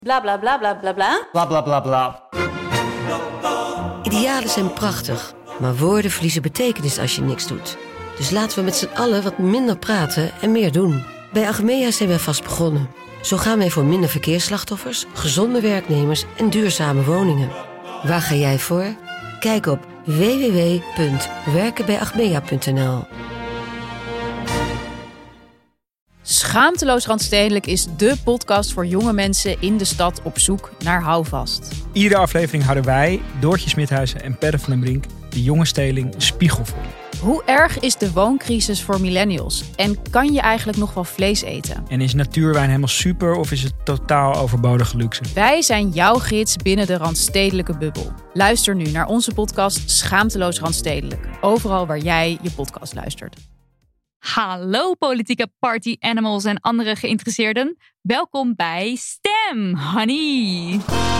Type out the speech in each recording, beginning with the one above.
Bla bla bla bla bla bla. Bla bla bla bla. Idealen zijn prachtig, maar woorden verliezen betekenis als je niks doet. Dus laten we met z'n allen wat minder praten en meer doen. Bij Achmea zijn wij vast begonnen. Zo gaan wij voor minder verkeersslachtoffers, gezonde werknemers en duurzame woningen. Waar ga jij voor? Kijk op www.werkenbijachmea.nl. Schaamteloos Randstedelijk is dé podcast voor jonge mensen in de stad op zoek naar houvast. Iedere aflevering houden wij, Doortje Smithuizen en Perre van den Brink, de jonge steling een spiegel voor. Hoe erg is de wooncrisis voor millennials? En kan je eigenlijk nog wel vlees eten? En is natuurwijn helemaal super of is het totaal overbodige luxe? Wij zijn jouw gids binnen de Randstedelijke bubbel. Luister nu naar onze podcast Schaamteloos Randstedelijk. Overal waar jij je podcast luistert. Hallo politieke party animals en andere geïnteresseerden. Welkom bij Stem, honey.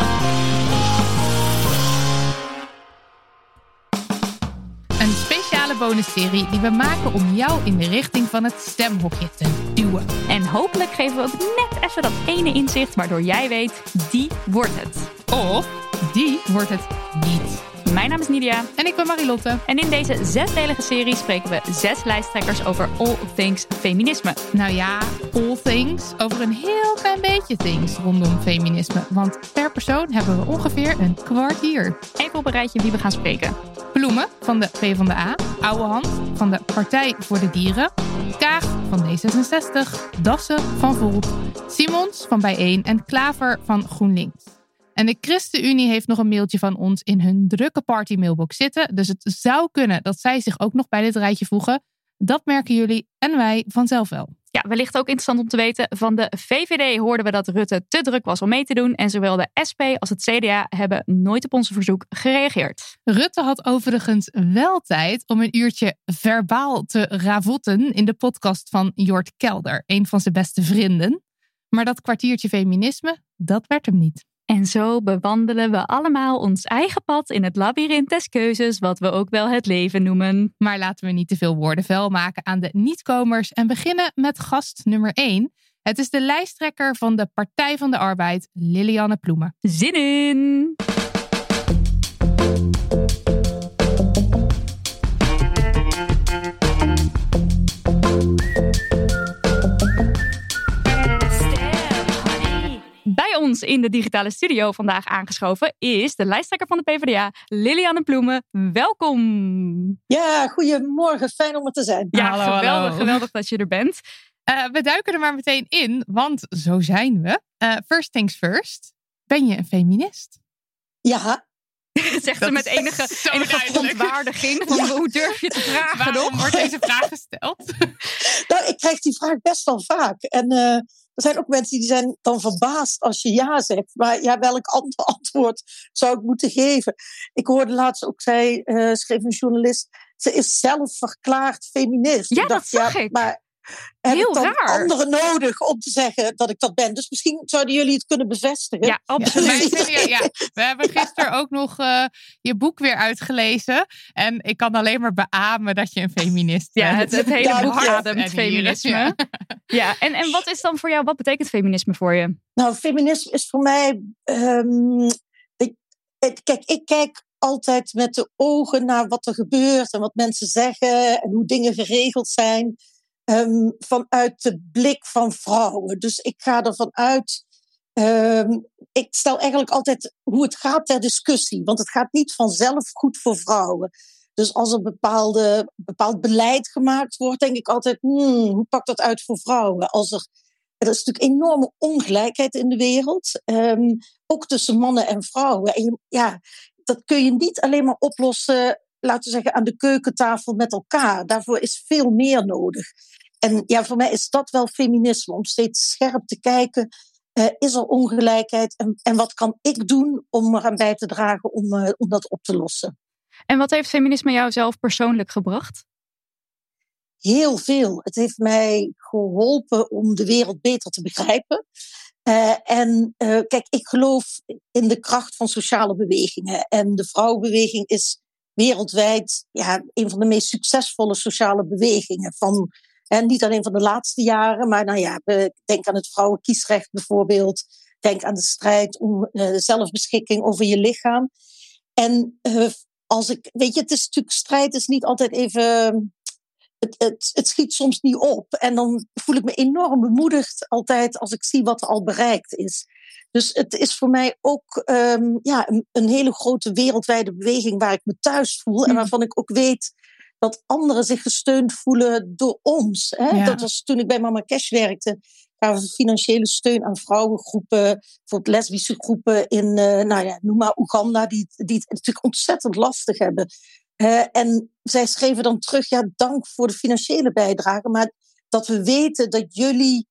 Een speciale bonusserie die we maken om jou in de richting van het stemhokje te duwen. En hopelijk geven we ook net even dat ene inzicht waardoor jij weet, die wordt het. Of die wordt het niet. Mijn naam is Nidia. En ik ben Marilotte. En in deze 6-delige serie spreken we 6 lijsttrekkers over all things feminisme. Nou ja, all things over een heel klein beetje things rondom feminisme. Want per persoon hebben we ongeveer een kwartier. Even op een rijtje wie we gaan spreken. Bloemen van de PvdA, Ouwehand van de Partij voor de Dieren, Kaag van D66, Dassen van Volt, Simons van Bijeen en Klaver van GroenLinks. En de ChristenUnie heeft nog een mailtje van ons in hun drukke party-mailbox zitten. Dus het zou kunnen dat zij zich ook nog bij dit rijtje voegen. Dat merken jullie en wij vanzelf wel. Ja, wellicht ook interessant om te weten. Van de VVD hoorden we dat Rutte te druk was om mee te doen. En zowel de SP als het CDA hebben nooit op onze verzoek gereageerd. Rutte had overigens wel tijd om een uurtje verbaal te ravotten in de podcast van Jort Kelder, een van zijn beste vrienden. Maar dat kwartiertje feminisme, dat werd hem niet. En zo bewandelen we allemaal ons eigen pad in het labyrint des keuzes, wat we ook wel het leven noemen. Maar laten we niet te veel woorden vuil maken aan de niet-komers en beginnen met gast nummer 1. Het is de lijsttrekker van de Partij van de Arbeid, Lilianne Ploemen. Zin in! Bij ons in de digitale studio vandaag aangeschoven is de lijsttrekker van de PvdA, Lilianne Ploemen. Welkom! Ja, goedemorgen. Fijn om er te zijn. Ja, hallo. geweldig dat je er bent. We duiken er maar meteen in, want zo zijn we. First things first. Ben je een feminist? Ja. Zegt ze met enige verontwaardiging. Van, hoe durf je te vragen? Waarom wordt deze vraag gesteld? Nou, ik krijg die vraag best wel vaak. En er zijn ook mensen die zijn dan verbaasd als je ja zegt. Maar ja, welk antwoord zou ik moeten geven? Ik hoorde laatst ook, schreef een journalist, ze is zelf verklaard feminist. Ja, dat zag ik. Maar heb heel ik dan raar. anderen nodig om te zeggen dat ik dat ben? Dus misschien zouden jullie het kunnen bevestigen. Ja, absoluut. We hebben gisteren ook nog je boek weer uitgelezen. En ik kan alleen maar beamen dat je een feminist bent. Ja, het hele boek ademt en feminisme. Ja, en wat is dan voor jou, wat betekent feminisme voor je? Nou, feminisme is voor mij... Kijk, ik kijk altijd met de ogen naar wat er gebeurt en wat mensen zeggen en hoe dingen geregeld zijn. Vanuit de blik van vrouwen. Dus ik ga ervan uit... ik stel eigenlijk altijd hoe het gaat ter discussie. Want het gaat niet vanzelf goed voor vrouwen. Dus als er bepaald beleid gemaakt wordt, denk ik altijd... hoe pakt dat uit voor vrouwen? Er is natuurlijk enorme ongelijkheid in de wereld. Ook tussen mannen en vrouwen. En dat kun je niet alleen maar oplossen... laten we zeggen, aan de keukentafel met elkaar. Daarvoor is veel meer nodig. En ja, voor mij is dat wel feminisme. Om steeds scherp te kijken, is er ongelijkheid? En wat kan ik doen om eraan bij te dragen om dat op te lossen? En wat heeft feminisme jou zelf persoonlijk gebracht? Heel veel. Het heeft mij geholpen om de wereld beter te begrijpen. Kijk, ik geloof in de kracht van sociale bewegingen. En de vrouwenbeweging is wereldwijd een van de meest succesvolle sociale bewegingen. Niet alleen van de laatste jaren, maar denk aan het vrouwenkiesrecht bijvoorbeeld. Denk aan de strijd om zelfbeschikking over je lichaam. En het is natuurlijk, strijd is niet altijd even... Het schiet soms niet op. En dan voel ik me enorm bemoedigd altijd als ik zie wat er al bereikt is. Dus het is voor mij ook een hele grote wereldwijde beweging waar ik me thuis voel. En waarvan ik ook weet dat anderen zich gesteund voelen door ons. Hè? Ja. Dat was toen ik bij Mama Cash werkte. Gaven we financiële steun aan vrouwengroepen, bijvoorbeeld lesbische groepen in, noem maar Oeganda, die het natuurlijk ontzettend lastig hebben. En zij schreven dan terug, dank voor de financiële bijdrage, maar dat we weten dat jullie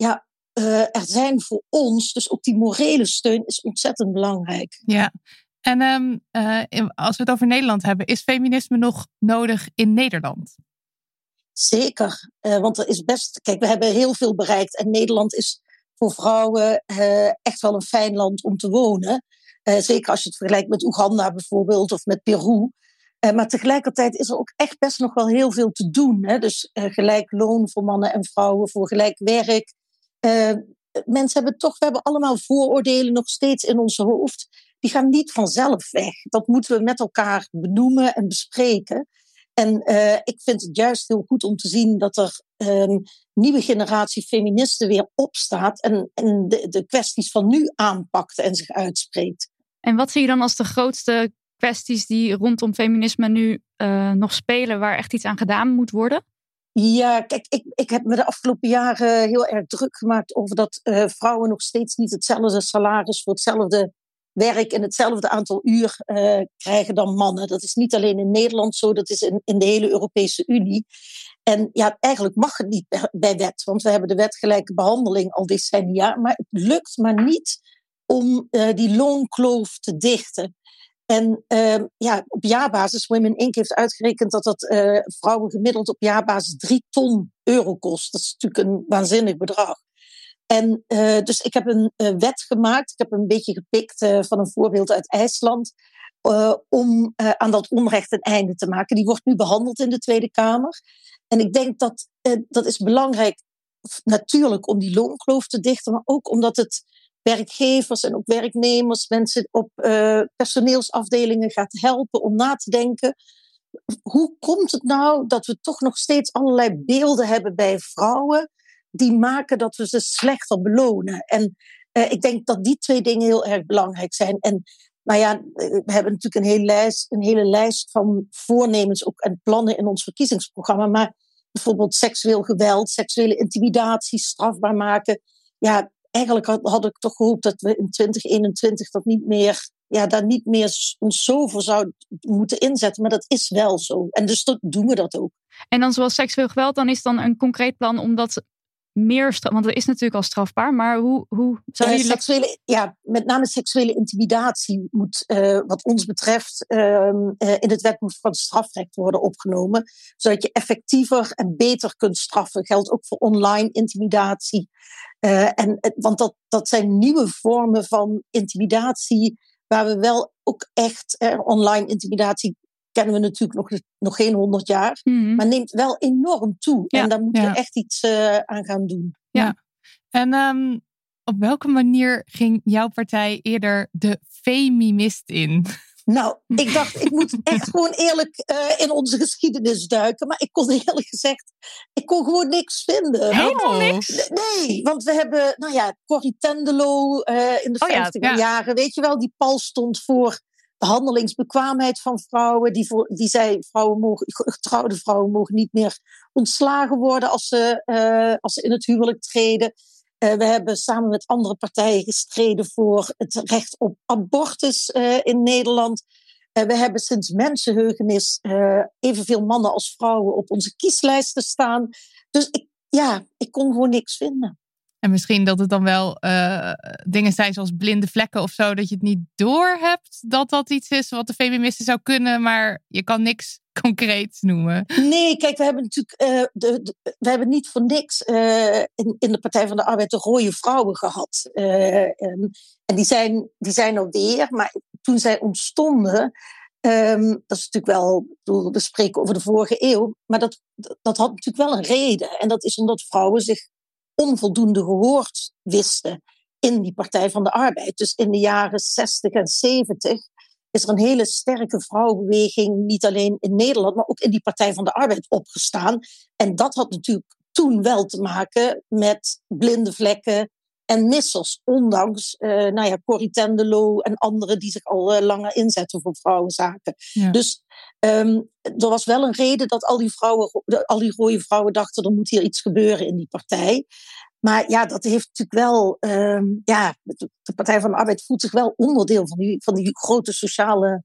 er zijn voor ons. Dus ook die morele steun is ontzettend belangrijk. Ja, en als we het over Nederland hebben, is feminisme nog nodig in Nederland? Zeker, want er is best... Kijk, we hebben heel veel bereikt en Nederland is voor vrouwen echt wel een fijn land om te wonen. Zeker als je het vergelijkt met Oeganda bijvoorbeeld of met Peru. Maar tegelijkertijd is er ook echt best nog wel heel veel te doen. Hè? Dus gelijk loon voor mannen en vrouwen, voor gelijk werk. We hebben allemaal vooroordelen nog steeds in ons hoofd. Die gaan niet vanzelf weg. Dat moeten we met elkaar benoemen en bespreken. En ik vind het juist heel goed om te zien dat er nieuwe generatie feministen weer opstaat en de kwesties van nu aanpakt en zich uitspreekt. En wat zie je dan als de grootste kwesties die rondom feminisme nu nog spelen, waar echt iets aan gedaan moet worden? Ja, kijk, ik heb me de afgelopen jaren heel erg druk gemaakt over dat vrouwen nog steeds niet hetzelfde salaris voor hetzelfde werk en hetzelfde aantal uur krijgen dan mannen. Dat is niet alleen in Nederland zo, dat is in de hele Europese Unie. En eigenlijk mag het niet bij wet, want we hebben de wet gelijke behandeling al decennia, maar het lukt maar niet om die loonkloof te dichten. En op jaarbasis, Women Inc. heeft uitgerekend dat vrouwen gemiddeld op jaarbasis 3 ton euro kost. Dat is natuurlijk een waanzinnig bedrag. En dus ik heb een wet gemaakt. Ik heb een beetje gepikt van een voorbeeld uit IJsland. Om aan dat onrecht een einde te maken. Die wordt nu behandeld in de Tweede Kamer. En ik denk dat is belangrijk natuurlijk om die loonkloof te dichten. Maar ook omdat het werkgevers en ook werknemers, mensen op personeelsafdelingen gaat helpen om na te denken. Hoe komt het nou dat we toch nog steeds allerlei beelden hebben bij vrouwen die maken dat we ze slechter belonen? En ik denk dat die 2 dingen heel erg belangrijk zijn. En we hebben natuurlijk een hele lijst van voornemens ook en plannen in ons verkiezingsprogramma. Maar bijvoorbeeld seksueel geweld, seksuele intimidatie strafbaar maken. Ja, eigenlijk had ik toch gehoopt dat we in 2021 daar niet meer ons zo voor zouden moeten inzetten. Maar dat is wel zo. En dus doen we dat ook. En dan zoals seksueel geweld, dan is dan een concreet plan om dat meer... Want dat is natuurlijk al strafbaar, maar hoe zou je... met name seksuele intimidatie moet, wat ons betreft, in het wetboek van strafrecht worden opgenomen. Zodat je effectiever en beter kunt straffen. Geldt ook voor online intimidatie. Want dat zijn nieuwe vormen van intimidatie, waar we wel ook echt... online intimidatie kennen we natuurlijk nog geen 100 jaar, maar neemt wel enorm toe. Ja, en daar moeten we echt iets aan gaan doen. Ja. En op welke manier ging jouw partij eerder de feminist in? Nou, ik dacht, ik moet echt gewoon eerlijk in onze geschiedenis duiken. Maar ik kon eerlijk gezegd, gewoon niks vinden. Helemaal niks? Nee, want we hebben, Corrie Tenderlo in de 50er jaren. Weet je wel, die pal stond voor de handelingsbekwaamheid van vrouwen. Die zei, getrouwde vrouwen mogen niet meer ontslagen worden als ze in het huwelijk treden. We hebben samen met andere partijen gestreden voor het recht op abortus in Nederland. We hebben sinds mensenheugenis evenveel mannen als vrouwen op onze kieslijsten staan. Dus ik kon gewoon niks vinden. En misschien dat het dan wel dingen zijn zoals blinde vlekken of zo, dat je het niet doorhebt dat iets is wat de feministen zou kunnen, maar je kan niks concreets noemen. Nee, kijk, we hebben natuurlijk we hebben niet voor niks in de Partij van de Arbeid de rode vrouwen gehad. En die zijn er weer, maar toen zij ontstonden, dat is natuurlijk wel, we spreken over de vorige eeuw, maar dat had natuurlijk wel een reden. En dat is omdat vrouwen zich onvoldoende gehoord wisten. in die Partij van de Arbeid. Dus in de jaren 60 en 70 is er een hele sterke vrouwenbeweging, niet alleen in Nederland, maar ook in die Partij van de Arbeid opgestaan. En dat had natuurlijk toen wel te maken met blinde vlekken en missers. Ondanks Corrie ten de Loo en anderen die zich al langer inzetten voor vrouwenzaken. Ja. Dus er was wel een reden dat al die rode vrouwen dachten, er moet hier iets gebeuren in die partij. Maar ja, dat heeft natuurlijk wel... de Partij van de Arbeid voelt zich wel onderdeel van die grote sociale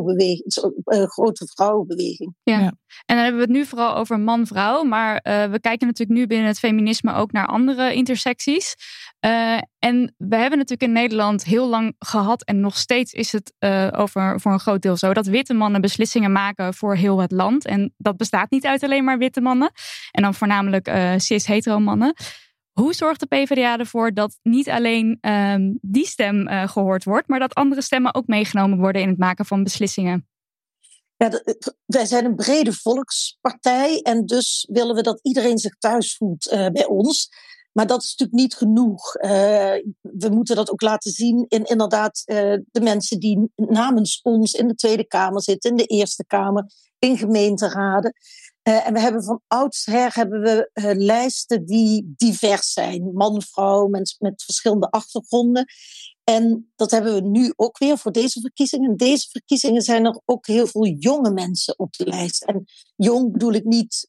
vrouwenbeweging. Ja. En dan hebben we het nu vooral over man-vrouw. Maar we kijken natuurlijk nu binnen het feminisme ook naar andere intersecties. En we hebben natuurlijk in Nederland heel lang gehad, en nog steeds is het voor een groot deel zo, dat witte mannen beslissingen maken voor heel het land. En dat bestaat niet uit alleen maar witte mannen. En dan voornamelijk cis-hetero mannen. Hoe zorgt de PvdA ervoor dat niet alleen die stem gehoord wordt, maar dat andere stemmen ook meegenomen worden in het maken van beslissingen? Ja, wij zijn een brede volkspartij en dus willen we dat iedereen zich thuis voelt bij ons. Maar dat is natuurlijk niet genoeg. We moeten dat ook laten zien in inderdaad de mensen die namens ons in de Tweede Kamer zitten, in de Eerste Kamer, in gemeenteraden. En we hebben van oudsher lijsten die divers zijn. Man, vrouw, mensen met verschillende achtergronden. En dat hebben we nu ook weer voor deze verkiezingen. Deze verkiezingen zijn er ook heel veel jonge mensen op de lijst. En jong bedoel ik niet,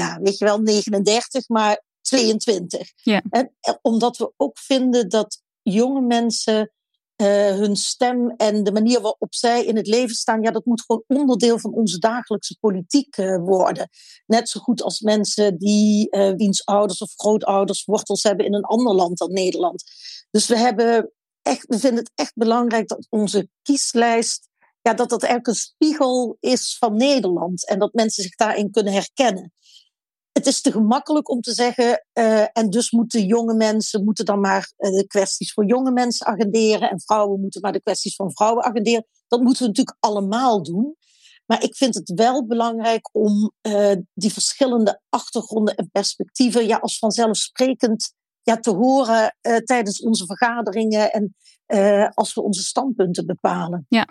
39, maar 22. Ja. En omdat we ook vinden dat jonge mensen hun stem en de manier waarop zij in het leven staan, dat moet gewoon onderdeel van onze dagelijkse politiek worden. Net zo goed als mensen wiens ouders of grootouders wortels hebben in een ander land dan Nederland. Dus we vinden het echt belangrijk dat onze kieslijst, dat eigenlijk een spiegel is van Nederland en dat mensen zich daarin kunnen herkennen. Het is te gemakkelijk om te zeggen, en dus moeten jonge mensen dan maar de kwesties voor jonge mensen agenderen en vrouwen moeten maar de kwesties van vrouwen agenderen. Dat moeten we natuurlijk allemaal doen. Maar ik vind het wel belangrijk om die verschillende achtergronden en perspectieven als vanzelfsprekend te horen tijdens onze vergaderingen en als we onze standpunten bepalen. Ja.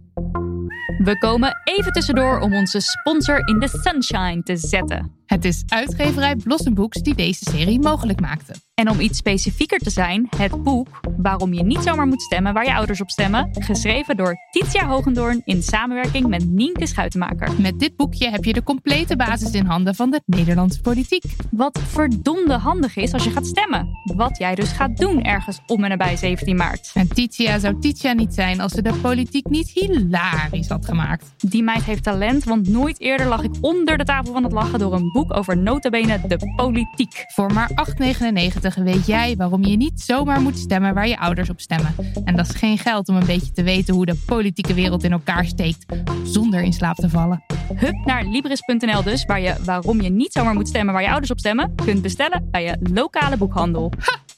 We komen even tussendoor om onze sponsor in the sunshine te zetten. Het is uitgeverij Blossom Books die deze serie mogelijk maakte. En om iets specifieker te zijn, het boek Waarom je niet zomaar moet stemmen waar je ouders op stemmen, geschreven door Titia Hogendoorn in samenwerking met Nienke Schuitenmaker. Met dit boekje heb je de complete basis in handen van de Nederlandse politiek. Wat verdomde handig is als je gaat stemmen. Wat jij dus gaat doen ergens om en nabij 17 maart. En Titia zou Titia niet zijn als ze de politiek niet hilarisch had gemaakt. Die meid heeft talent, want nooit eerder lag ik onder de tafel van het lachen door een boek over nota bene de politiek. Voor maar €8,99 weet jij waarom je niet zomaar moet stemmen waar je ouders op stemmen. En dat is geen geld om een beetje te weten hoe de politieke wereld in elkaar steekt, zonder in slaap te vallen. Hup naar Libris.nl dus, waar je waarom je niet zomaar moet stemmen waar je ouders op stemmen kunt bestellen bij je lokale boekhandel.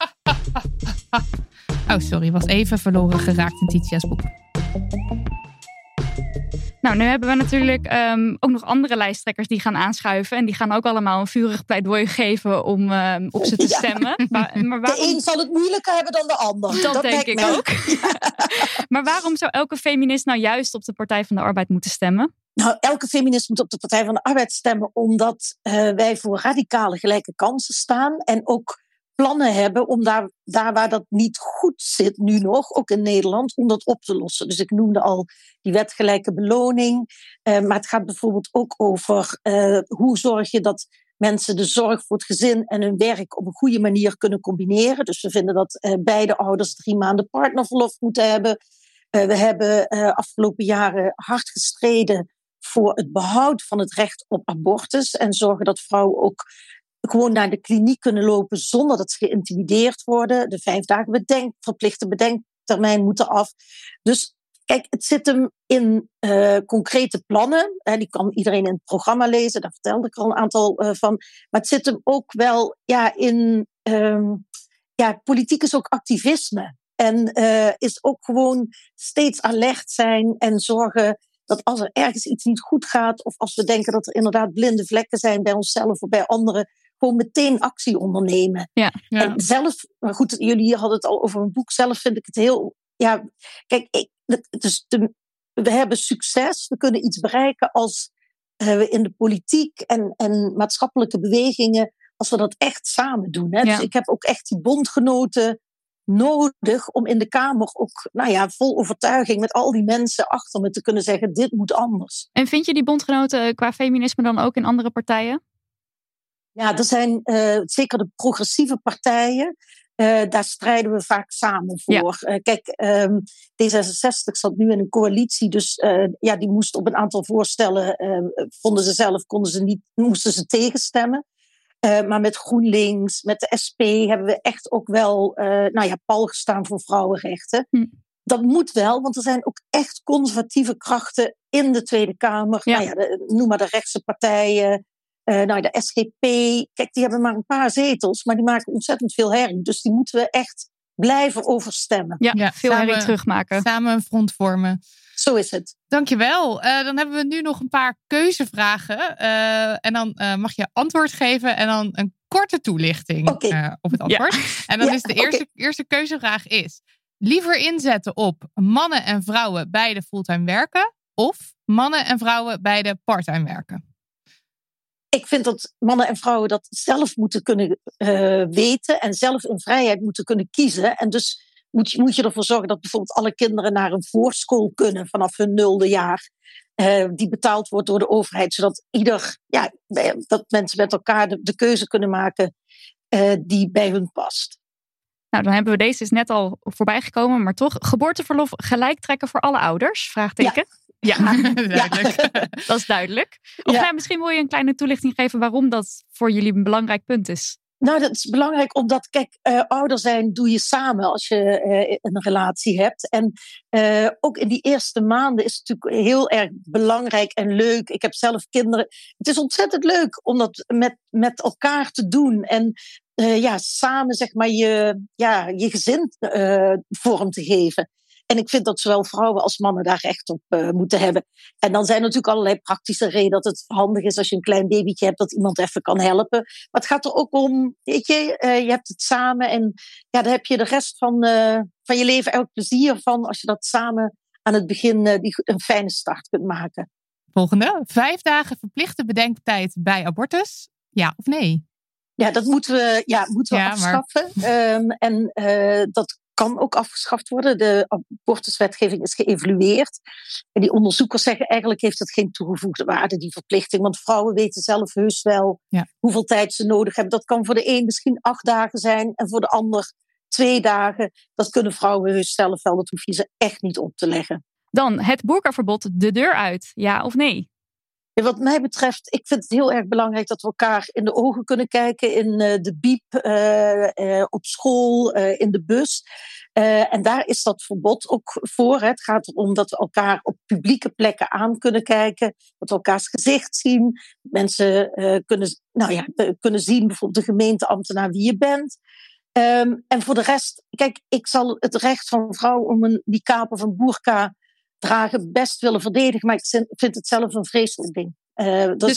Oh, sorry, was even verloren geraakt in Titia's boek. Nou, nu hebben we natuurlijk ook nog andere lijsttrekkers die gaan aanschuiven. En die gaan ook allemaal een vurig pleidooi geven om op ze te stemmen. Maar waarom... De een zal het moeilijker hebben dan de ander. Dat denk ik ook. Ja. Maar waarom zou elke feminist nou juist op de Partij van de Arbeid moeten stemmen? Nou, elke feminist moet op de Partij van de Arbeid stemmen omdat wij voor radicale gelijke kansen staan. En ook plannen hebben om daar waar dat niet goed zit, nu nog, ook in Nederland, om dat op te lossen. Dus ik noemde al die wetgelijke beloning. Maar het gaat bijvoorbeeld ook over hoe zorg je dat mensen de zorg voor het gezin en hun werk op een goede manier kunnen combineren. Dus we vinden dat beide ouders 3 maanden partnerverlof moeten hebben. We hebben afgelopen jaren hard gestreden voor het behoud van het recht op abortus en zorgen dat vrouwen ook gewoon naar de kliniek kunnen lopen zonder dat ze geïntimideerd worden. De 5 dagen verplichte bedenktermijn moeten af. Dus kijk, het zit hem in concrete plannen. Die kan iedereen in het programma lezen, daar vertelde ik al een aantal van. Maar het zit hem ook wel in... politiek is ook activisme. En is ook gewoon steeds alert zijn en zorgen dat als er ergens iets niet goed gaat, of als we denken dat er inderdaad blinde vlekken zijn bij onszelf of bij anderen, gewoon meteen actie ondernemen. Ja. En zelf, maar goed, jullie hadden het al over een boek. Zelf vind ik het heel... Ja, kijk, we hebben succes. We kunnen iets bereiken als we in de politiek en maatschappelijke bewegingen, als we dat echt samen doen. Hè? Ja. Dus ik heb ook echt die bondgenoten nodig om in de Kamer ook vol overtuiging met al die mensen achter me te kunnen zeggen, dit moet anders. En vind je die bondgenoten qua feminisme dan ook in andere partijen? Ja, er zijn zeker de progressieve partijen. Daar strijden we vaak samen voor. Ja. Kijk, D66 zat nu in een coalitie. Dus die moest op een aantal voorstellen, vonden ze zelf, moesten ze tegenstemmen. Maar met GroenLinks, met de SP hebben we echt ook wel pal gestaan voor vrouwenrechten. Dat moet wel, want er zijn ook echt conservatieve krachten in de Tweede Kamer. Ja. Noem maar de rechtse partijen. De SGP, kijk, die hebben maar een paar zetels, maar die maken ontzettend veel herrie. Dus die moeten we echt blijven overstemmen. Ja, veel herrie terugmaken. Samen een front vormen. Zo is het. Dankjewel. Dan hebben we nu nog een paar keuzevragen. En dan mag je antwoord geven en dan een korte toelichting op het antwoord. Ja. En dan is de eerste keuzevraag is: liever inzetten op mannen en vrouwen beide fulltime werken of mannen en vrouwen beide parttime werken? Ik vind dat mannen en vrouwen dat zelf moeten kunnen weten en zelf in vrijheid moeten kunnen kiezen. En dus moet je ervoor zorgen dat bijvoorbeeld alle kinderen naar een voorschool kunnen vanaf hun 0e jaar. Die betaald wordt door de overheid, zodat dat mensen met elkaar de keuze kunnen maken die bij hun past. Nou, dan hebben we deze is net al voorbij gekomen, maar toch. Geboorteverlof gelijk trekken voor alle ouders? Vraagteken. Ja, duidelijk. Dat is duidelijk. Of misschien wil je een kleine toelichting geven waarom dat voor jullie een belangrijk punt is. Nou, dat is belangrijk omdat, kijk, ouder zijn doe je samen als je een relatie hebt. En ook in die eerste maanden is het natuurlijk heel erg belangrijk en leuk. Ik heb zelf kinderen. Het is ontzettend leuk om dat met elkaar te doen. En samen zeg maar je gezin vorm te geven. En ik vind dat zowel vrouwen als mannen daar recht op moeten hebben. En dan zijn er natuurlijk allerlei praktische redenen dat het handig is als je een klein babytje hebt, dat iemand even kan helpen. Maar het gaat er ook om, weet je, je hebt het samen en daar heb je de rest van je leven elk plezier van als je dat samen aan het begin een fijne start kunt maken. Volgende, 5 dagen verplichte bedenktijd bij abortus, ja of nee? Ja, dat moeten we afschaffen. Maar... dat kan ook afgeschaft worden. De abortuswetgeving is geëvalueerd. En die onderzoekers zeggen eigenlijk heeft het geen toegevoegde waarde, die verplichting. Want vrouwen weten zelf heus wel hoeveel tijd ze nodig hebben. Dat kan voor de een misschien 8 dagen zijn en voor de ander 2 dagen. Dat kunnen vrouwen heus zelf wel. Dat hoef je ze echt niet op te leggen. Dan het boerkaverbod de deur uit. Ja of nee? Ja, wat mij betreft, ik vind het heel erg belangrijk dat we elkaar in de ogen kunnen kijken. In de biep, op school, in de bus. En daar is dat verbod ook voor. Het gaat erom dat we elkaar op publieke plekken aan kunnen kijken. Dat we elkaars gezicht zien. Mensen kunnen zien, bijvoorbeeld de gemeenteambtenaar, wie je bent. En voor de rest, kijk, ik zal het recht van vrouw om een niqab of een burka dragen best willen verdedigen, maar ik vind het zelf een vreselijk ding. Dus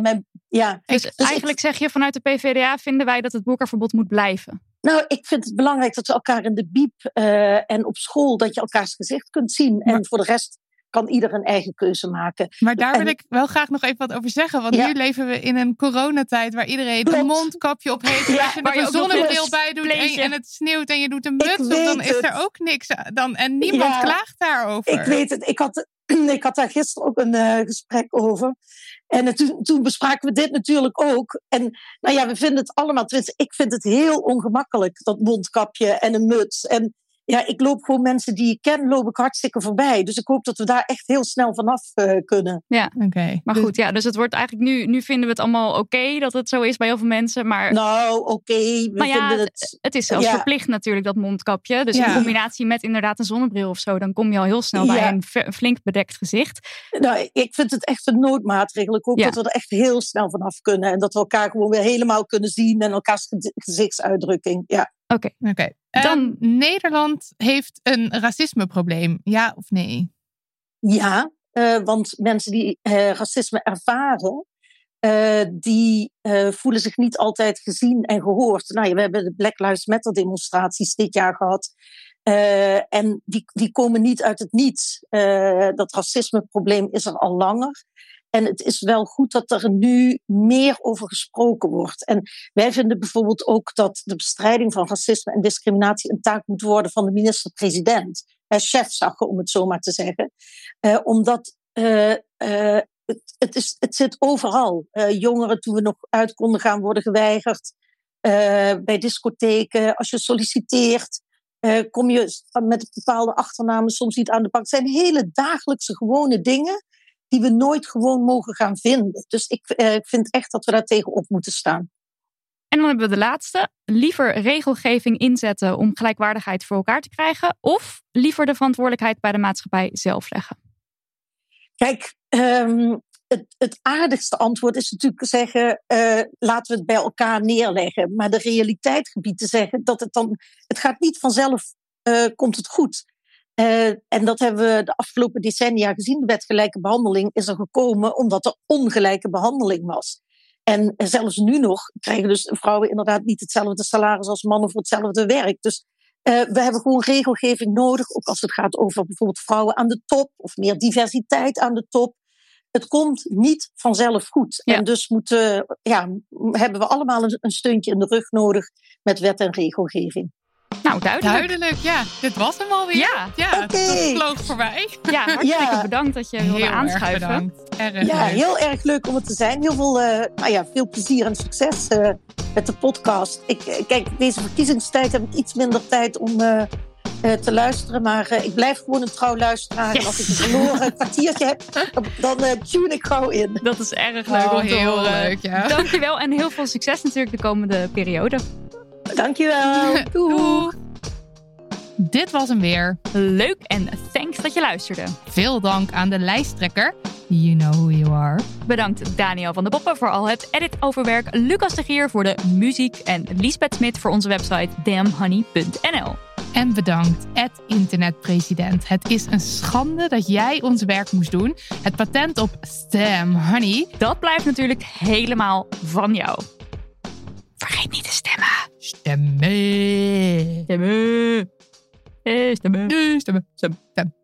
eigenlijk zeg je vanuit de PvdA vinden wij dat het boerkaverbod moet blijven. Nou, ik vind het belangrijk dat we elkaar in de biep en op school, dat je elkaars gezicht kunt zien. Maar, en voor de rest kan ieder een eigen keuze maken. Maar daar wil ik wel graag nog even wat over zeggen. Want nu leven we in een coronatijd waar iedereen een mondkapje op heeft. Als je er een zonnebril bij doet en het sneeuwt en je doet een muts op, dan is er ook niks dan. En niemand klaagt daarover. Ik weet het. Ik had daar gisteren ook een gesprek over. En toen bespraken we dit natuurlijk ook. En we vinden het allemaal, ik vind het heel ongemakkelijk, dat mondkapje en een muts. En ja, ik loop gewoon mensen die ik ken, loop ik hartstikke voorbij. Dus ik hoop dat we daar echt heel snel vanaf kunnen. Ja, maar goed, dus het wordt eigenlijk nu vinden we het allemaal oké dat het zo is bij heel veel mensen. Maar het is zelfs verplicht natuurlijk, dat mondkapje. Dus in combinatie met inderdaad een zonnebril of zo, dan kom je al heel snel bij een flink bedekt gezicht. Nou, ik vind het echt een noodmaatregel. Ik hoop dat we er echt heel snel vanaf kunnen. En dat we elkaar gewoon weer helemaal kunnen zien en elkaars gezichtsuitdrukking. Ja. Oké. Dan Nederland heeft een racismeprobleem, ja of nee? Ja, want mensen die racisme ervaren, die voelen zich niet altijd gezien en gehoord. Nou ja, we hebben de Black Lives Matter demonstraties dit jaar gehad. En die komen niet uit het niets. Dat racismeprobleem is er al langer. En het is wel goed dat er nu meer over gesproken wordt. En wij vinden bijvoorbeeld ook dat de bestrijding van racisme en discriminatie een taak moet worden van de minister-president. Chefzag, om het zo maar te zeggen. Omdat het zit overal. Jongeren, toen we nog uit konden gaan, worden geweigerd. Bij discotheken, als je solliciteert, kom je met bepaalde achternamen soms niet aan de bak. Het zijn hele dagelijkse gewone dingen die we nooit gewoon mogen gaan vinden. Dus ik vind echt dat we daar tegenop moeten staan. En dan hebben we de laatste. Liever regelgeving inzetten om gelijkwaardigheid voor elkaar te krijgen, of liever de verantwoordelijkheid bij de maatschappij zelf leggen? Kijk, het aardigste antwoord is natuurlijk zeggen, laten we het bij elkaar neerleggen. Maar de realiteit gebiedt te zeggen dat het gaat niet vanzelf, komt het goed. En dat hebben we de afgelopen decennia gezien. De wet gelijke behandeling is er gekomen omdat er ongelijke behandeling was. En zelfs nu nog krijgen dus vrouwen inderdaad niet hetzelfde salaris als mannen voor hetzelfde werk. Dus we hebben gewoon regelgeving nodig, ook als het gaat over bijvoorbeeld vrouwen aan de top of meer diversiteit aan de top. Het komt niet vanzelf goed. Ja. En dus hebben we allemaal een steuntje in de rug nodig met wet en regelgeving. Nou, duidelijk. Ja. Dit was hem alweer. Ja. Het vloog voorbij. Ja, hartstikke bedankt dat je wilde aanschuiven. Heel erg leuk om het te zijn. Heel veel plezier en succes met de podcast. Kijk, deze verkiezingstijd heb ik iets minder tijd om te luisteren. Maar ik blijf gewoon een trouw luisteraar. Yes. En als ik een verloren kwartiertje heb, dan tune ik gauw in. Dat is erg leuk om te horen. Leuk, ja. Dankjewel en heel veel succes natuurlijk de komende periode. Dankjewel. Doeg. Dit was hem weer. Leuk en thanks dat je luisterde. Veel dank aan de lijsttrekker. You know who you are. Bedankt Daniel van der Poppen voor al het editoverwerk. Lucas de Gier voor de muziek. En Liesbeth Smit voor onze website damnhoney.nl. En bedankt, internetpresident. Het is een schande dat jij ons werk moest doen. Het patent op Stem Honey, dat blijft natuurlijk helemaal van jou. Vergeet niet te stemmen. Stemmen. Stemmen. Stemmen. Stemmen.